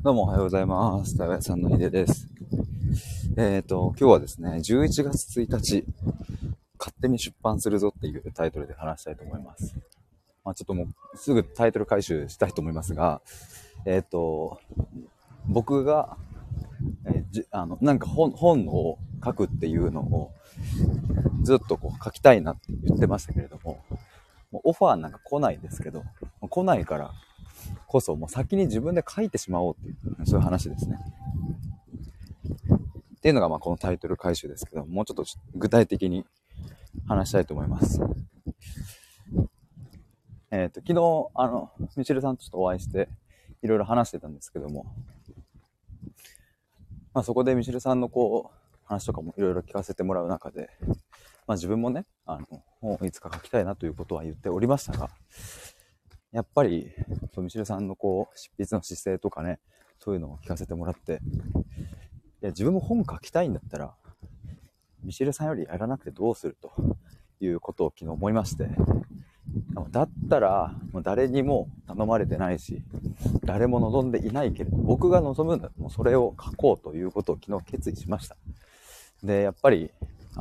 どうもおはようございます。たわやさんのひでです。今日はですね、11月1日、勝手に出版するぞっていうタイトルで話したいと思います。ちょっともうすぐタイトル回収したいと思いますが、僕が、なんか本を書くっていうのをずっと書きたいなって言ってましたけれども、もうオファーなんか来ないですけど、来ないからこそもう先に自分で書いてしまおうっていう、そういう話ですね。っていうのがこのタイトル回収ですけど、もうちょっと具体的に話したいと思います。昨日、ミシェルさんとちょっとお会いして、いろいろ話してたんですけども、そこでミシェルさんの話とかもいろいろ聞かせてもらう中で、自分もね、本をいつか書きたいなということは言っておりましたが、やっぱり、ミシェルさんの執筆の姿勢とかね、そういうのを聞かせてもらって、いや、自分も本書きたいんだったら、ミシェルさんよりやらなくてどうするということを昨日思いまして、だったらもう誰にも頼まれてないし、誰も望んでいないけれど、僕が望むんだもうそれを書こうということを昨日決意しました。で、やっぱり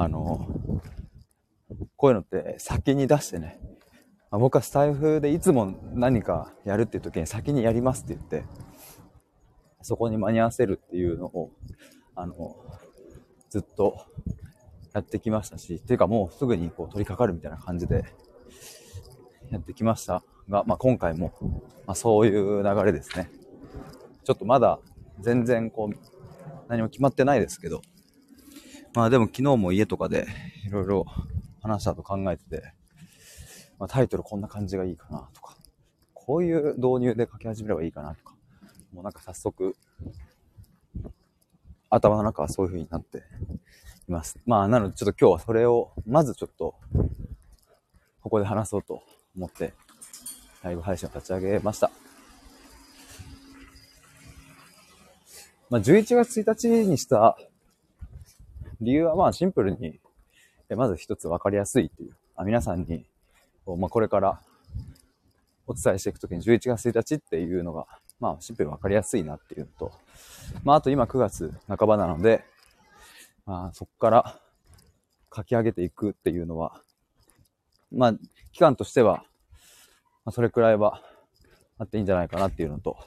こういうのって先に出してね、僕はスタイフでいつも何かやるっていう時に先にやりますって言って、そこに間に合わせるっていうのをずっとやってきましたし、っていうかもうすぐに取り掛かるみたいな感じでやってきましたが、今回も、そういう流れですね。ちょっとまだ全然何も決まってないですけど、でも昨日も家とかでいろいろ話したと考えてて、タイトルこんな感じがいいかなとか、こういう導入で書き始めればいいかなとか、もうなんか早速頭の中はそういう風になっています。なのでちょっと今日はそれをまずちょっとここで話そうと思ってライブ配信を立ち上げました。11月1日にした理由はシンプルに、まず一つ分かりやすいっていう、皆さんにこれからお伝えしていくときに11月1日っていうのがシンプルに分かりやすいなっていうのと、あと今9月半ばなので、そこから書き上げていくっていうのは期間としては、それくらいはあっていいんじゃないかなっていうのと、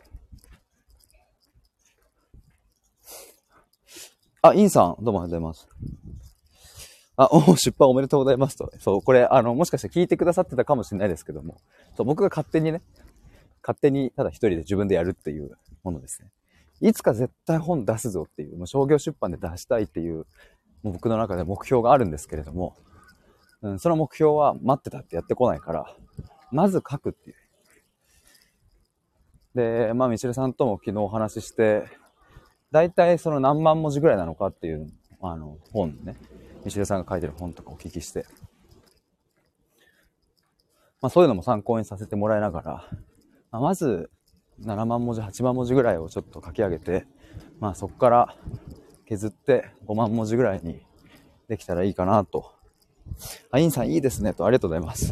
インさん、どうもおはようございます。出版おめでとうございますと。そう、これ、もしかしたら聞いてくださってたかもしれないですけども、そう、僕が勝手にただ一人で自分でやるっていうものですね。いつか絶対本出すぞっていう、もう商業出版で出したいっていう、もう僕の中で目標があるんですけれども、その目標は待ってたってやってこないから、まず書くっていう。で、ミシェルさんとも昨日お話しして、だいたいその何万文字ぐらいなのかっていう、本ね、ミシェルさんが書いてる本とかお聞きして、そういうのも参考にさせてもらいながら、まず7万文字、8万文字ぐらいをちょっと書き上げて、そこから削って5万文字ぐらいにできたらいいかなと。インさんいいですねと、ありがとうございます。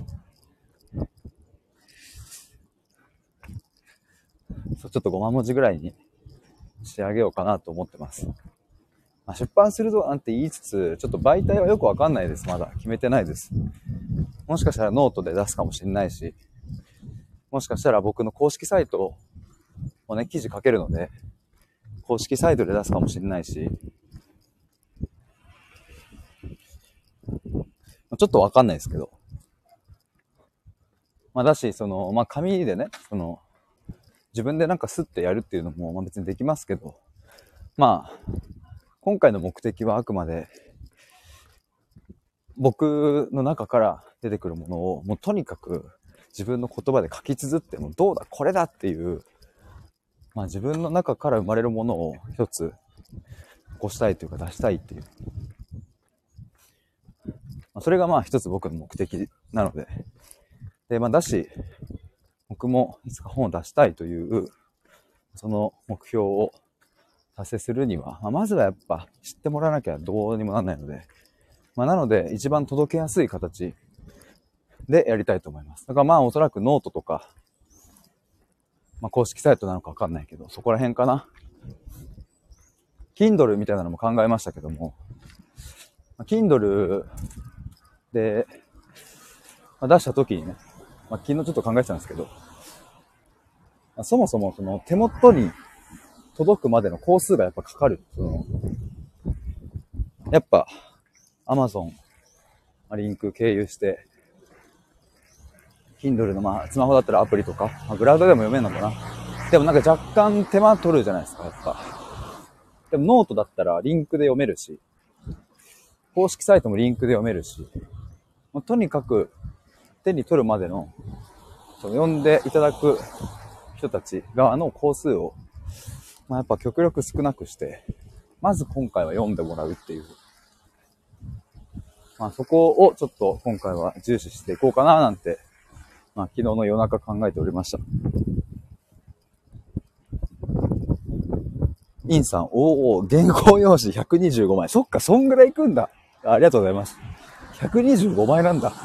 ちょっと5万文字ぐらいに仕上げようかなと思ってます。出版するぞなんて言いつつ、ちょっと媒体はよくわかんないです。まだ決めてないです。もしかしたらノートで出すかもしれないし、もしかしたら僕の公式サイトをね、記事書けるので、公式サイトで出すかもしれないし、ちょっとわかんないですけど。だし、紙でね、自分でなんかスッてやるっていうのも、別にできますけど、今回の目的はあくまで、僕の中から出てくるものを、もうとにかく自分の言葉で書き綴って、もうどうだ、これだっていう、自分の中から生まれるものを一つ起こしたいというか出したいっていう。それが一つ僕の目的なので。で、だし、僕もいつか本を出したいという、その目標を達成するには、まずはやっぱ知ってもらわなきゃどうにもなんないので、なので一番届けやすい形でやりたいと思います。だからおそらくノートとか、 まあ、公式サイトなのかわかんないけど、そこら辺かな。Kindle みたいなのも考えましたけども、Kindle で、出した時にね、昨日ちょっと考えてたんですけど、そもそもその手元に届くまでの工数がやっぱかかる。やっぱ Amazon リンク経由して、Kindle のスマホだったらアプリとか、ブラウザでも読めるのかな。でもなんか若干手間取るじゃないですか、やっぱ。でもノートだったらリンクで読めるし、公式サイトもリンクで読めるし、もうとにかく手に取るまでの、読んでいただく人たち側の工数を、やっぱ極力少なくして、まず今回は読んでもらうっていう。そこをちょっと今回は重視していこうかななんて、昨日の夜中考えておりました。インさん、原稿用紙125枚。そっか、そんぐらいいくんだ。ありがとうございます。125枚なんだ。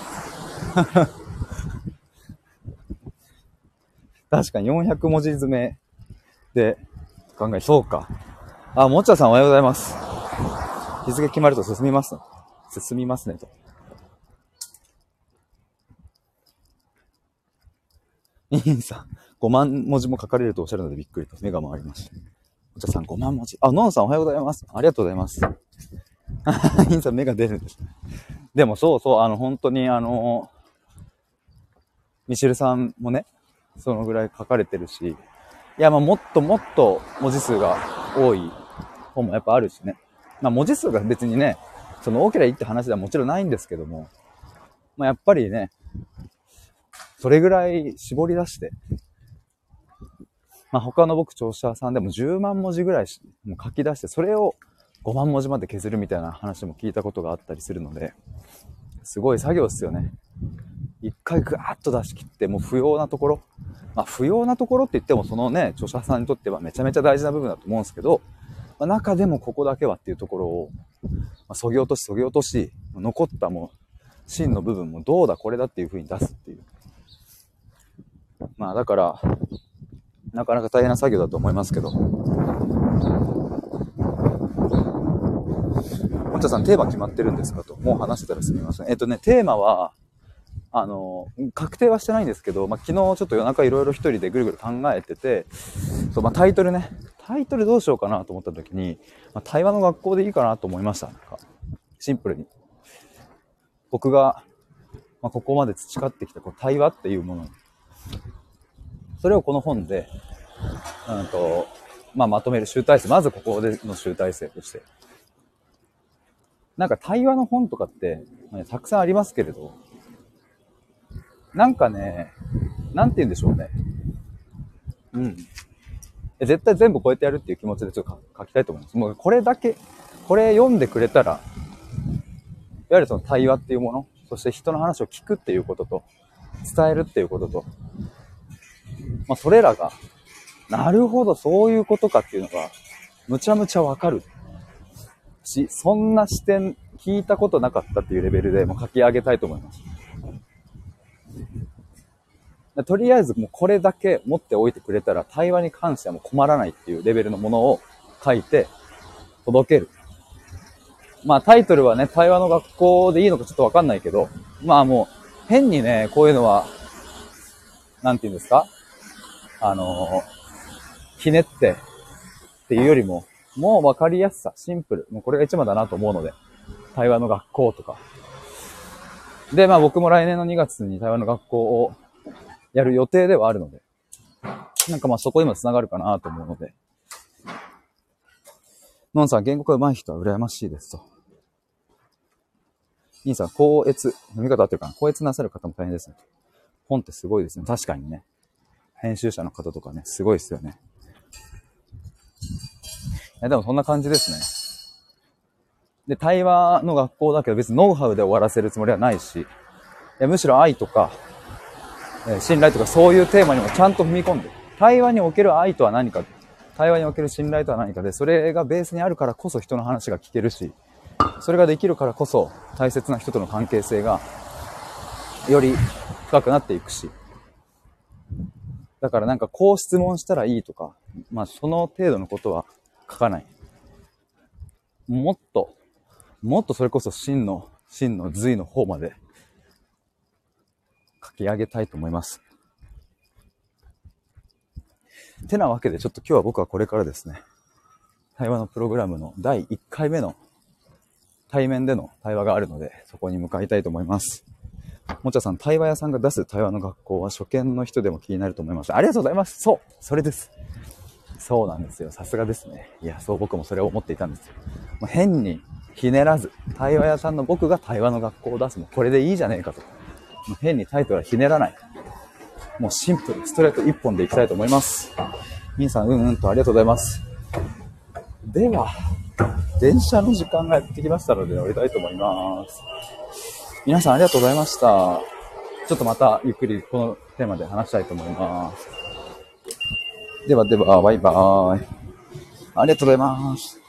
確かに400文字詰めで考え、そうか。もっちゃさんおはようございます。日付決まると進みますねと。インさん、5万文字も書かれるとおっしゃるのでびっくりと目が回りました。お茶さん5万文字。ノンさんおはようございます。ありがとうございます。インさん目が出るんです。でもそうそう、本当にミシェルさんもね、そのぐらい書かれてるし、いや、もっともっと文字数が多い本もやっぱあるしね。文字数が別にね、その多ければいいって話ではもちろんないんですけども、やっぱりね、それぐらい絞り出して、他の僕著者さんでも10万文字ぐらいもう書き出して、それを5万文字まで削るみたいな話も聞いたことがあったりするので、すごい作業ですよね。一回グワーッと出し切って、もう不要なところ、不要なところって言ってもそのね、著者さんにとってはめちゃめちゃ大事な部分だと思うんですけど、中でもここだけはっていうところを、削ぎ落とし、残ったもう芯の部分もどうだこれだっていう風に出すっていう。だから、なかなか大変な作業だと思いますけど。もっちゃさん、テーマ決まってるんですかと。もう話してたらすみません。テーマは、確定はしてないんですけど、昨日ちょっと夜中いろいろ一人でぐるぐる考えてて、タイトルどうしようかなと思った時に、対話の学校でいいかなと思いました。シンプルに。僕が、ここまで培ってきた対話っていうもの。それをこの本で、まとめる集大成。まずここでの集大成として。対話の本とかって、たくさんありますけれど、なんて言うんでしょうね。絶対全部こうやってやるっていう気持ちでちょっと書きたいと思います。もうこれ読んでくれたら、いわゆるその対話っていうもの、そして人の話を聞くっていうことと、伝えるっていうことと、それらが、なるほど、そういうことかっていうのが、むちゃむちゃわかるし、そんな視点聞いたことなかったっていうレベルでもう書き上げたいと思います。とりあえずもうこれだけ持っておいてくれたら対話に関してはもう困らないっていうレベルのものを書いて届ける。タイトルはね、対話の学校でいいのかちょっとわかんないけど、もう変にね、こういうのは、なんて言うんですか？ひねっていうよりも、もうわかりやすさ、シンプル。もうこれが一番だなと思うので、対話の学校とか。で、僕も来年の2月に対話の学校をやる予定ではあるので、そこにも繋がるかなと思うので。のんさん、言語が上手い人は羨ましいですと。インさん、校閲、読み方合ってるかな？校閲なさる方も大変ですね。本ってすごいですね。確かにね。編集者の方とかね、すごいですよね。でもそんな感じですね。で、対話の学校だけど別にノウハウで終わらせるつもりはないし、むしろ愛とか、信頼とかそういうテーマにもちゃんと踏み込んで、対話における愛とは何か、対話における信頼とは何かで、それがベースにあるからこそ人の話が聞けるし、それができるからこそ大切な人との関係性がより深くなっていくし、 だからなんかこう質問したらいいとか、まあその程度のことは書かない。もっとそれこそ真の髄の方まで書き上げたいと思います。てなわけでちょっと今日は僕はこれからですね、対話のプログラムの第1回目の対面での対話があるので、そこに向かいたいと思います。もちゃさん、対話屋さんが出す対話の学校は初見の人でも気になると思います。ありがとうございます。そう、それです。そうなんですよ。さすがですね。いや、そう僕もそれを思っていたんですよ。もう変にひねらず、対話屋さんの僕が対話の学校を出すの、これでいいじゃねえかと。もう変にタイトルはひねらない。もうシンプル、ストレート一本でいきたいと思います。みんさん、とありがとうございます。では、電車の時間がやってきましたので乗りたいと思います。皆さんありがとうございました。ちょっとまたゆっくりこのテーマで話したいと思います。では、バイバーイ。ありがとうございます。